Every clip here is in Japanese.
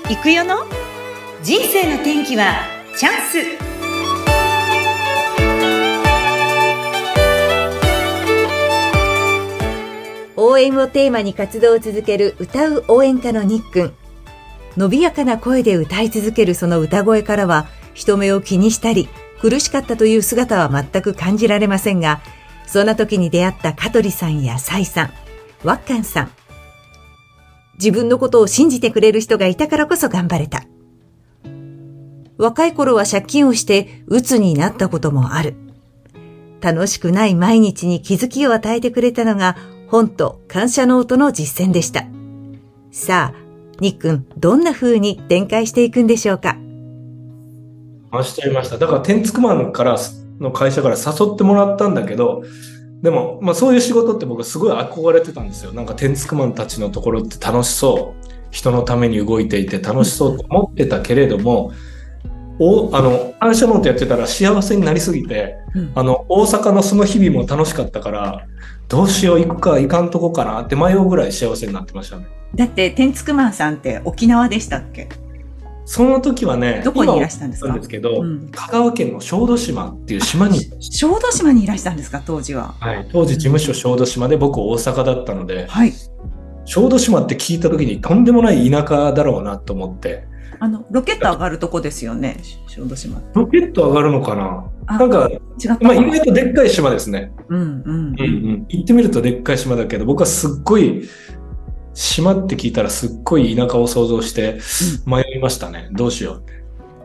行くよの人生の天気はチャンス。応援をテーマに活動を続ける歌う応援歌のニックン。伸びやかな声で歌い続けるその歌声からは、人目を気にしたり苦しかったという姿は全く感じられませんが、そんな時に出会った香取さんやサイさん、ワッカンさん、自分のことを信じてくれる人がいたからこそ頑張れた。若い頃は借金をして鬱になったこともある。楽しくない毎日に気づきを与えてくれたのが本と感謝ノートの実践でした。さあ、ニックン、どんな風に展開していくんでしょうか。 回しちゃいました。だからテンツクマンからの会社から誘ってもらったんだけど、でも、そういう仕事って僕はすごい憧れてたんですよ。なんかテンツクマンたちのところって楽しそう。人のために動いていて楽しそうと思ってたけれども、感謝ノートやってたら幸せになりすぎて、大阪のその日々も楽しかったから、どうしよう、行くか行かんとこかなって迷うぐらい幸せになってましたね。 だってテンツクマンさんって沖縄でしたっけ？ その時はね、 どこにいらしたんですか？ 今はですけど、香川県の小豆島っていう島に。 小豆島にいらしたんですか、当時は。 はい、当時事務所小豆島で、僕大阪だったので、 はい。 小豆島って聞いた時にとんでもない田舎だろうなと思って。 ロケット上がるとこですよね、小豆島。 ロケット上がるのかな？なんか、 違ったかな。 意外とでっかい島ですね。 行行ってみるとでっかい島だけど、僕はすっごい、島って聞いたらすっごい田舎を想像して迷いましたね。どうしようって。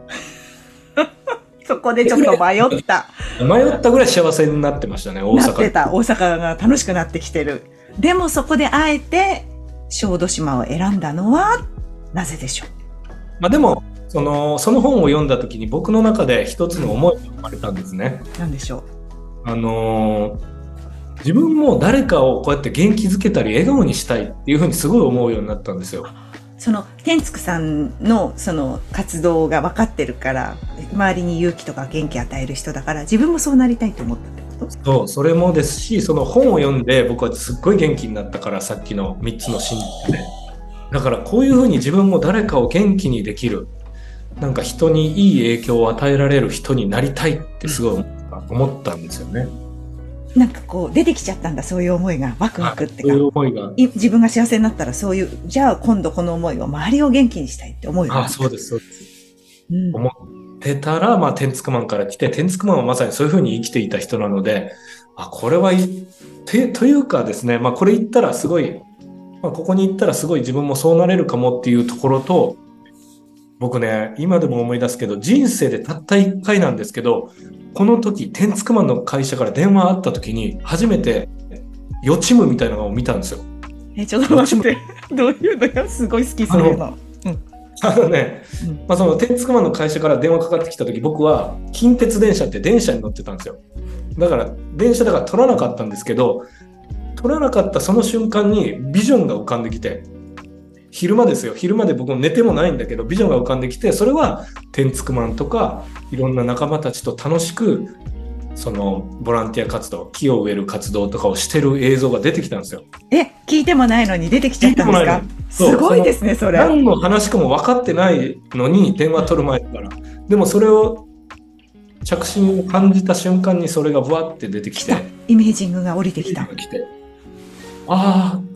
そこでちょっと迷った。 迷ったぐらい幸せになってましたね、大阪。 なってた。大阪が楽しくなってきてる。でもそこであえて小豆島を選んだのはなぜでしょう？ でも、その本を読んだ時に僕の中で一つの思いが生まれたんですね。 何でしょう？自分も誰かをこうやって元気づけたり笑顔にしたいっていうふうにすごい思うようになったんですよ。 天竺さんのその活動が分かってるから、周りに勇気とか元気与える人だから、自分もそうなりたいと思ったってこと？ そう、それもですし、その本を読んで僕はすっごい元気になったから、さっきの3つの真実で。だからこういうふうに自分も誰かを元気にできる、なんか人にいい影響を与えられる人になりたいってすごい思ったんですよね。 なんかこう出てきちゃったんだ、そういう思いが。ワクワクってか。 そういう思いが。 自分が幸せになったらそういう、じゃあ今度この思いを周りを元気にしたいって思うようになった。 そうです、そうです。思ってたら、テンツクマンから来て、テンツクマンはまさにそういうふうに生きていた人なので、これはというかですね、これ言ったらすごい、ここに行ったらすごい自分もそうなれるかもっていうところと、僕ね、今でも思い出すけど、人生でたった1回なんですけど、この時、テンツクマンの会社から電話あった時に、初めて予知夢みたいなのを見たんですよ。 ちょっと待って。どういうのがすごい好きそういうの。 そのテンツクマンの会社から電話かかってきた時、僕は近鉄電車って電車に乗ってたんですよ。だから電車だから取らなかったんですけど、取らなかったその瞬間にビジョンが浮かんできて、昼間ですよ。昼間で僕も寝てもないんだけど、ビジョンが浮かんできて、それはテンツクマンとかいろんな仲間たちと楽しくそのボランティア活動、木を植える活動とかをしてる映像が出てきたんですよ。 聞いてもないのに出てきちゃったんですか？すごいですね、それ。 何の話かも分かってないのに電話取る前だから。でもそれを着信を感じた瞬間にそれがブワって出てきて、 イメージングが降りてきた。 あーって。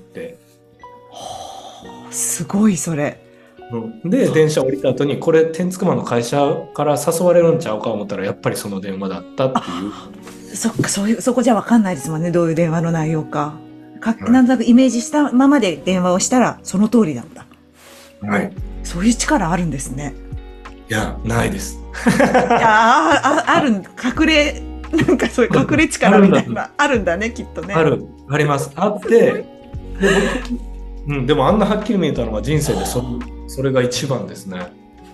すごいそれ。 で電車降りた後に、これテンツクマンの会社から誘われるんちゃうか思ったら、やっぱりその電話だったっていう。 そっか、そこじゃ分かんないですもんね、どういう電話の内容か。なんとなくイメージしたままで電話をしたらその通りだった。 はい。 そういう力あるんですね。 いや、ないです。 ある、なんかそういう隠れ力みたいな、あるんだね、きっとね。 あります。あって、でもあんなはっきり見えたのが人生でそれが一番ですね。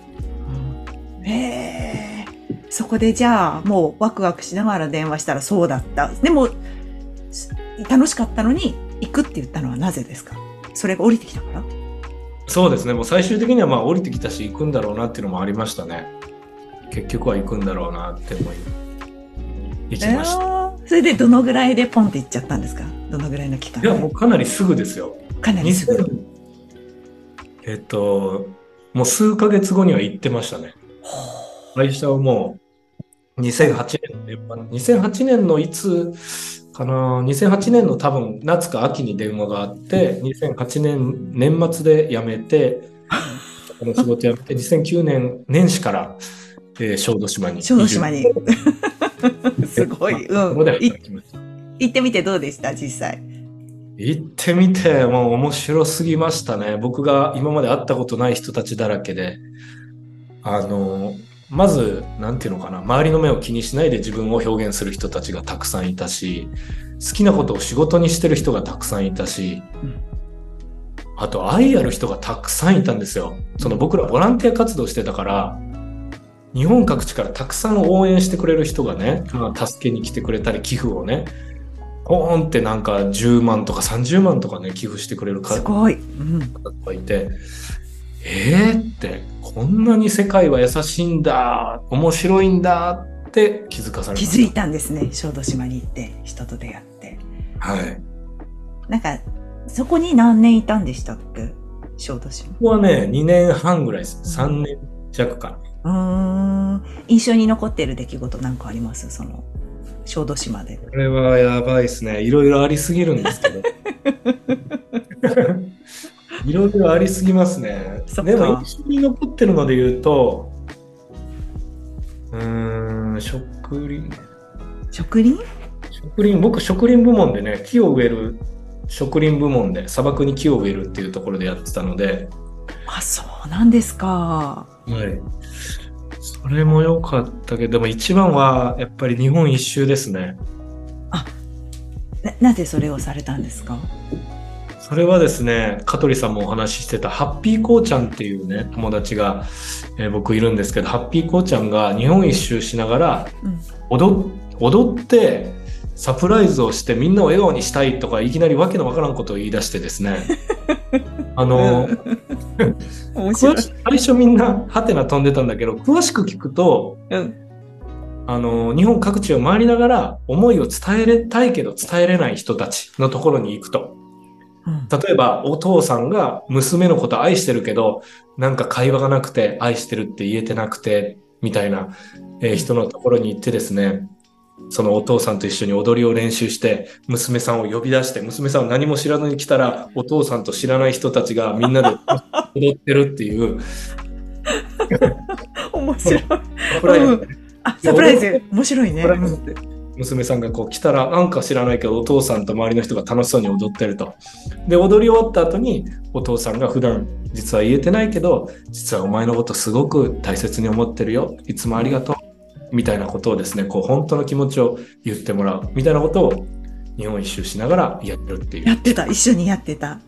そこでじゃあもうワクワクしながら電話したらそうだった。でも楽しかったのに行くって言ったのはなぜですか？それが降りてきたから？ そうですね。もう最終的には降りてきたし行くんだろうなっていうのもありましたね。結局は行くんだろうなって思い行きました。 それでどのぐらいでポンって行っちゃったんですか？どのぐらいの期間？ いや、もうかなりすぐですよ。 かなりすぐ。 もう数ヶ月後には行ってましたね。会社はもう2008年のいつかな、2008年の多分夏か秋に電話があって、2008年年末で辞めて、この仕事辞めて、2009年年始から、小豆島に移住。 小豆島に。すごい。 ここで働きました。 行ってみてどうでした実際？ 行ってみて、もう面白すぎましたね。僕が今まで会ったことない人たちだらけで、まず、なんていうのかな、周りの目を気にしないで自分を表現する人たちがたくさんいたし、好きなことを仕事にしてる人がたくさんいたし、あと愛ある人がたくさんいたんですよ。その僕らボランティア活動してたから、日本各地からたくさん応援してくれる人がね、助けに来てくれたり、寄付をね、ポーンってなんか10万とか30万とかね、寄付してくれる方がいて、って、こんなに世界は優しいんだ、面白いんだって気づかされました。 気づいたんですね。小豆島に行って人と出会って。 はい。 なんかそこに何年いたんでしたっけ？小豆島。 ここはね、2年半ぐらいです。3年弱かな。印象に残っている出来事なんかあります？その小豆島で。 これはやばいですね。いろいろありすぎるんですけど。いろいろありすぎますね。でも印象に残ってるので言うと、植林僕植林部門でね、木を植える植林部門で砂漠に木を植えるっていうところでやってたので。 あ、そうなんですか。 はい。それも良かったけど、でも一番はやっぱり日本一周ですね。 なぜそれをされたんですか？ それはですね、香取さんもお話ししてたハッピーこうちゃんっていうね、友達が、僕いるんですけど、ハッピーこうちゃんが日本一周しながら踊ってサプライズをしてみんなを笑顔にしたいとかいきなりわけのわからんことを言い出してですね、最初みんなハテナ飛んでたんだけど、詳しく聞くと、日本各地を回りながら思いを伝えたいけど伝えれない人たちのところに行くと。例えばお父さんが娘のこと愛してるけど、なんか会話がなくて愛してるって言えてなくてみたいな、人のところに行ってですね、そのお父さんと一緒に踊りを練習して娘さんを呼び出して、娘さんを何も知らずに来たらお父さんと知らない人たちがみんなで踊ってるっていう面白い。サプライズ面白いね。 娘さんがこう来たら、なんか知らないけどお父さんと周りの人が楽しそうに踊ってると。で踊り終わった後にお父さんが、普段実は言えてないけど実はお前のことすごく大切に思ってるよ、いつもありがとうみたいなことをですね、こう本当の気持ちを言ってもらうみたいなことを日本一周しながらやってるっていう。 やってた、一緒にやってた。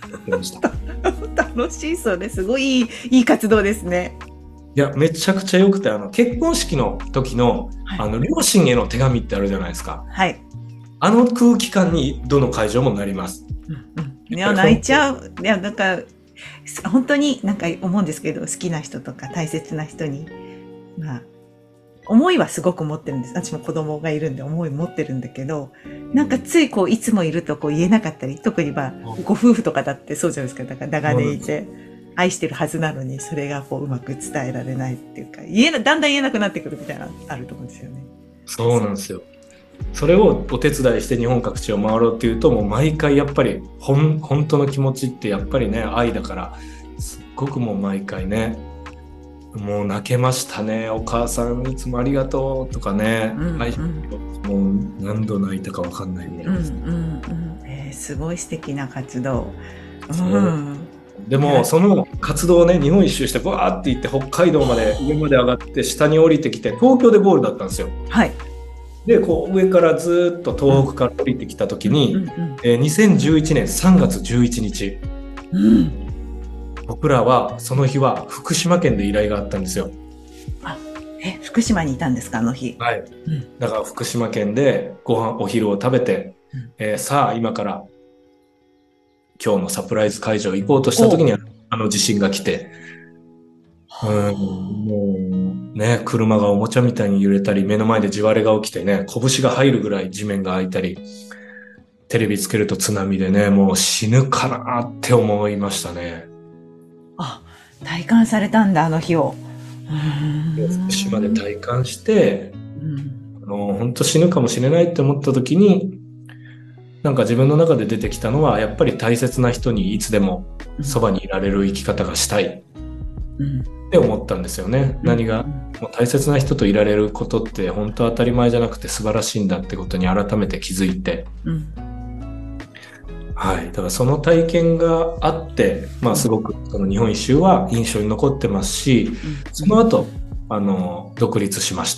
楽しい。そうね、すごいいい活動ですね。 いや、めちゃくちゃ良くて、結婚式の時の、両親への手紙ってあるじゃないですか。 はい。 あの空気感にどの会場もなります。 いや、泣いちゃう。いや、なんか、本当になんか思うんですけど、好きな人とか大切な人に、まあ、思いはすごく持ってるんです。私も子供がいるんで思い持ってるんだけど、なんかついこう、いつもいるとこう言えなかったり、特にご夫婦とかだってそうじゃないですか。だから長年いて。愛してるはずなのに、それがこううまく伝えられないっていうか、だんだん言えなくなってくるみたいなのあると思うんですよね。 そうなんですよ。それをお手伝いして日本各地を回ろうっていうと、もう毎回やっぱり本当の気持ちってやっぱりね、愛だから、すっごくもう毎回ね、もう泣けましたね。お母さんいつもありがとうとかね、もう何度泣いたか分かんないぐらいですね。 すごい素敵な活動。 でもその活動をね、日本一周してバーって行って北海道まで上まで上がって下に降りてきて、東京でゴールだったんですよ。 はい。 でこう上からずっと東北から降りてきた時に、2011年3月11日、僕らはその日は福島県で依頼があったんですよ。 福島にいたんですか、あの日。 はい。だから福島県でお昼を食べて、さあ今から今日のサプライズ会場行こうとした時に地震が来て、もうね、車がおもちゃみたいに揺れたり、目の前で地割れが起きてね、拳が入るぐらい地面が開いたり、テレビつけると津波でね、もう死ぬかなって思いましたね。 体感されたんだ、あの日を。 福島で体感して、 うん、 本当死ぬかもしれないって思った時に、なんか自分の中で出てきたのは、やっぱり大切な人にいつでもそばにいられる生き方がしたいって思ったんですよね。何が、もう大切な人といられることって本当当たり前じゃなくて素晴らしいんだってことに改めて気づいて、はい。だからその体験があって、まあすごくその日本一周は印象に残ってますし、その後、独立しました。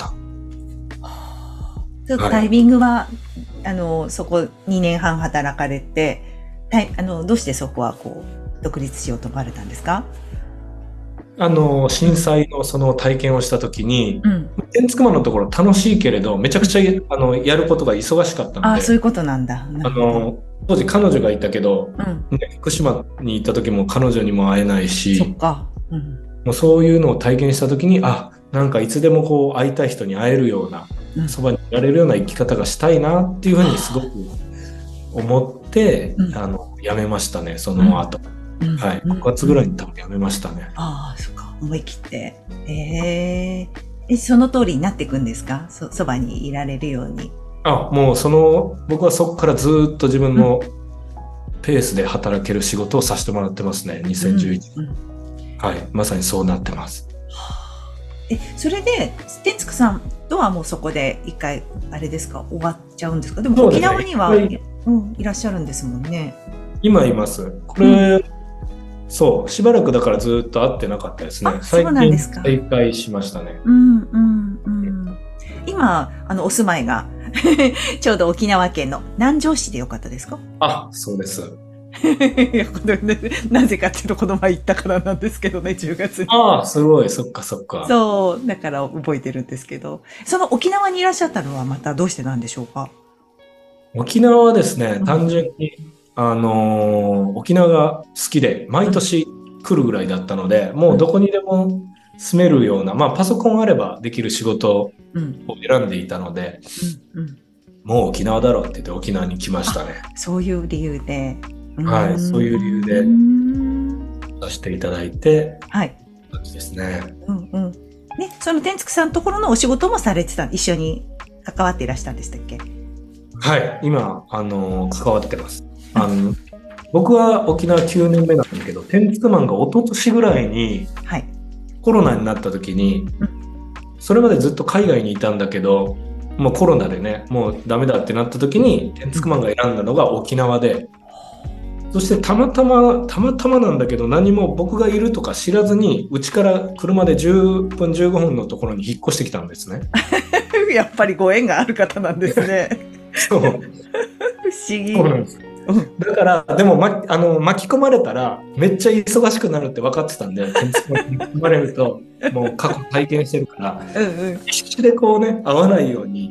タイミングは、そこ2年半働かれて、どうしてそこはこう、独立しようと思われたんですか？ 震災のその体験をしたときに、天竺マンのところ楽しいけれど、めちゃくちゃ、やることが忙しかったので。 そういうことなんだ。 当時彼女がいたけど、福島に行った時も彼女にも会えないし、 そっか。 もうそういうのを体験したときに、なんかいつでもこう会いたい人に会えるような、そばにいられるような生き方がしたいなっていうふうにすごく思って、辞めましたね、その後。はい。5月ぐらいに多分辞めましたね。 そっか。思い切って。その通りになっていくんですか？そばにいられるように。 もう僕はそこからずっと自分のペースで働ける仕事をさせてもらってますね、2011年。はい。まさにそうなってます。 それで、天竺さんとはもうそこで一回、あれですか、終わっちゃうんですか？でも沖縄にはいらっしゃるんですもんね。 今います。これ、そう、しばらくだからずっと会ってなかったですね。 そうなんですか。 再開しましたね。 今、お住まいが、ちょうど沖縄県の南城市でよかったですか？ そうです。 なぜかっていうと、この前行ったからなんですけどね、10月に。 すごい、そっかそっか。 そう、だから覚えてるんですけど、その沖縄にいらっしゃったのはまたどうしてなんでしょうか？ 沖縄はですね、単純に、沖縄が好きで、毎年来るぐらいだったので、もうどこにでも住めるような、パソコンあればできる仕事を選んでいたので、もう沖縄だろうって言って沖縄に来ましたね。 そういう理由で。 はい、そういう理由でさせていただいて、 はい。 ですね。 ね、その天竺さんのところのお仕事もされてた、一緒に関わっていらしたんでしたっけ？ はい、今、関わってます。僕は沖縄9年目なんだけど、天竺マンが一昨年ぐらいにコロナになった時に、それまでずっと海外にいたんだけど、もうコロナでね、もうダメだってなった時に、天竺マンが選んだのが沖縄で、そしてたまたまなんだけど、何も僕がいるとか知らずに、うちから車で10分15分のところに引っ越してきたんですね。 やっぱりご縁がある方なんですね。 そう。不思議。 そうなんです。だから、でも、巻き込まれたら、めっちゃ忙しくなるって分かってたんで、天竺マンに巻き込まれると、もう過去体験してるから、必死でこうね、会わないように、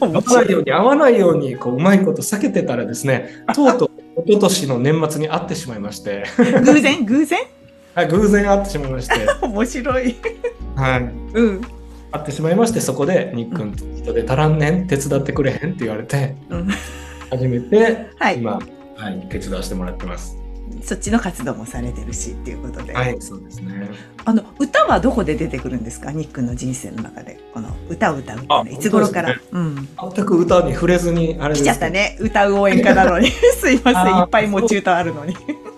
こう、うまいこと避けてたらですね、とうとう、一昨年の年末に会ってしまいまして。 偶然偶然会ってしまいまして。 面白い。 はい。会ってしまいまして、そこで、にっくん、人で足らんねん、手伝ってくれへんって言われて、初めて、今、手伝わせてもらってます。 そっちの活動もされてるしっていうことで。 はい、そうですね。 歌はどこで出てくるんですか？にっくんの人生の中で。この歌を歌うっていうのはいつ頃から、 全く歌に触れずに、 来ちゃったね。歌う応援歌なのに。すいません。いっぱい持ち歌あるのに。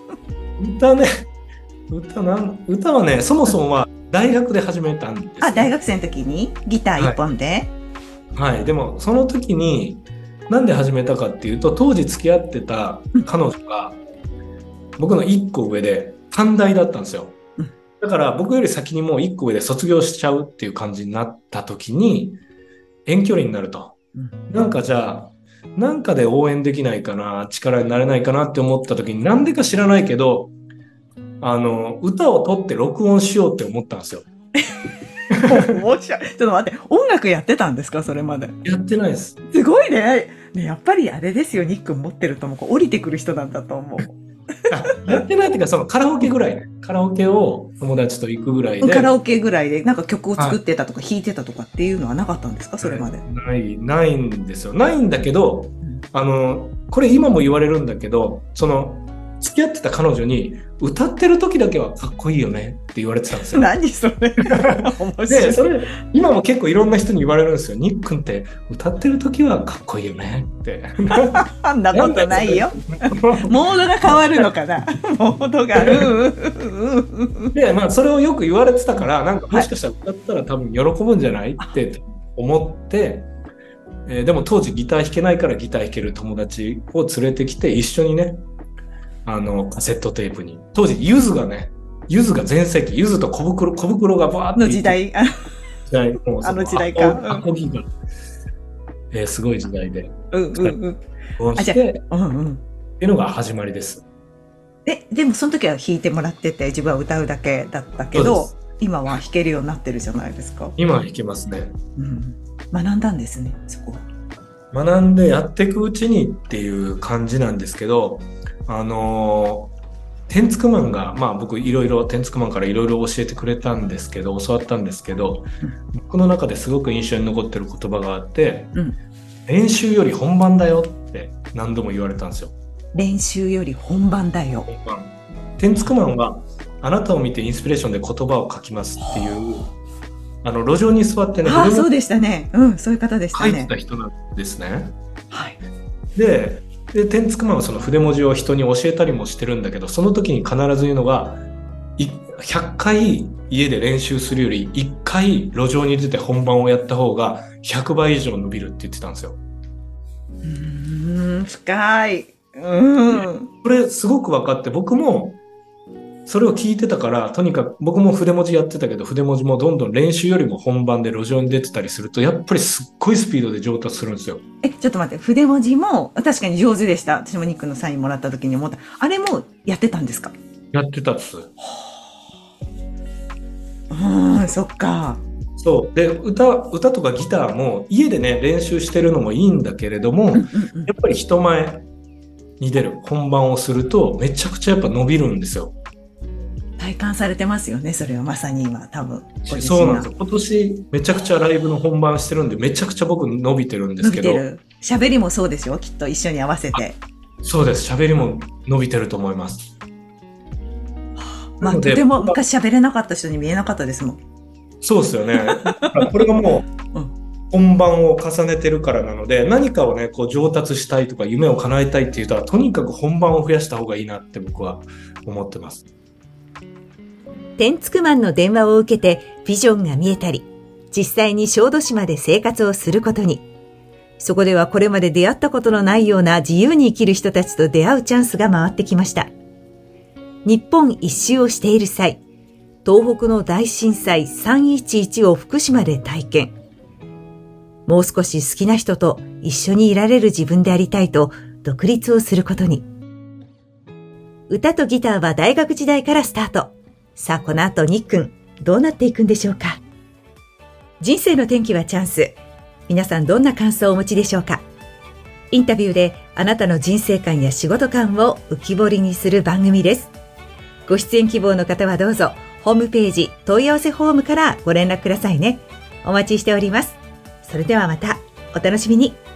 歌はね、そもそもは大学で始めたんです、ね。 大学生の時にギター一本で、 はい。でも、その時に、なんで始めたかっていうと、当時付き合ってた彼女が、僕の1個上で短大だったんですよ。だから僕より先にもう1個上で卒業しちゃうっていう感じになった時に、遠距離になると。なんかじゃあ、なんかで応援できないかな、力になれないかなって思った時に、なんでか知らないけど、歌を取って録音しようって思ったんですよ。 ちょっと待って、音楽やってたんですか？それまで。 やってないです。 すごいね。やっぱりあれですよ、にっくん持ってると思う。降りてくる人なんだと思う。 やってないっていうか、そのカラオケぐらいね。カラオケを友達と行くぐらいで。 カラオケぐらいで、なんか曲を作ってたとか弾いてたとかっていうのはなかったんですか？それまで。 ないんですよ。ないんだけど、これ今も言われるんだけど、 付き合ってた彼女に、歌ってる時だけはかっこいいよねって言われてたんですよ。 何それ面白い。 で、それ、今も結構いろんな人に言われるんですよ。ニックンって歌ってる時はかっこいいよねって。 そんなことないよ。モードが変わるのかな。モードが。 で、まあ、それをよく言われてたから、なんかもしかしたら歌ったら多分喜ぶんじゃないって思って、でも当時ギター弾けないからギター弾ける友達を連れてきて一緒にね、カセットテープに。当時、ユズが全盛期、ユズと小袋がバーって。 の時代。 あの時代か。 アコギが、すごい時代で。 して、っていうのが始まりです。 でもその時は弾いてもらってて、自分は歌うだけだったけど、今は弾けるようになってるじゃないですか。 今は弾けますね。 学んだんですね、そこは。 学んでやっていくうちにっていう感じなんですけど、テンツクマンが、まあ僕テンツクマンからいろいろ教えてくれたんですけど、教わったんですけど、僕の中ですごく印象に残ってる言葉があって、練習より本番だよって何度も言われたんですよ。 練習より本番だよ。 テンツクマンはあなたを見てインスピレーションで言葉を書きますっていう、路上に座ってね、 そうでしたね。そういう方でしたね。 書いてた人なんですね。 はい。 で、テンツクマンはその筆文字を人に教えたりもしてるんだけど、その時に必ず言うのが、100回家で練習するより1回路上に出て本番をやった方が100倍以上伸びるって言ってたんですよ。 深い。 これすごく分かって、僕もそれを聞いてたから、とにかく僕も筆文字やってたけど、筆文字もどんどん練習よりも本番で路上に出てたりすると、やっぱりすっごいスピードで上達するんですよ。 ちょっと待って、筆文字も確かに上手でした。私もニックのサインもらった時に思った。あれもやってたんですか？ やってたっす。 そっか。 そう。で、歌とかギターも家でね、練習してるのもいいんだけれども、やっぱり人前に出る、本番をすると、めちゃくちゃやっぱ伸びるんですよ。 体感されてますよね、それはまさに今、多分。 そうなんですよ。今年めちゃくちゃライブの本番してるんで、めちゃくちゃ僕伸びてるんですけど。 喋りもそうですよ、きっと一緒に合わせて。 そうです。喋りも伸びてると思います。 とても昔喋れなかった人に見えなかったですもん。 そうですよね。これがもう、本番を重ねてるからなので、何かをね、こう上達したいとか夢を叶えたいっていうと、とにかく本番を増やした方がいいなって僕は思ってます。 テンツクマンの電話を受けてビジョンが見えたり、実際に小豆島で生活をすることに。そこではこれまで出会ったことのないような自由に生きる人たちと出会うチャンスが回ってきました。日本一周をしている際、東北の大震災311を福島で体験。もう少し好きな人と一緒にいられる自分でありたいと独立をすることに。歌とギターは大学時代からスタート。さあこの後ニックン、どうなっていくんでしょうか。人生の転機はチャンス。皆さんどんな感想をお持ちでしょうか。インタビューであなたの人生観や仕事観を浮き彫りにする番組です。ご出演希望の方はどうぞホームページ問い合わせフォームからご連絡くださいね。お待ちしております。それではまたお楽しみに。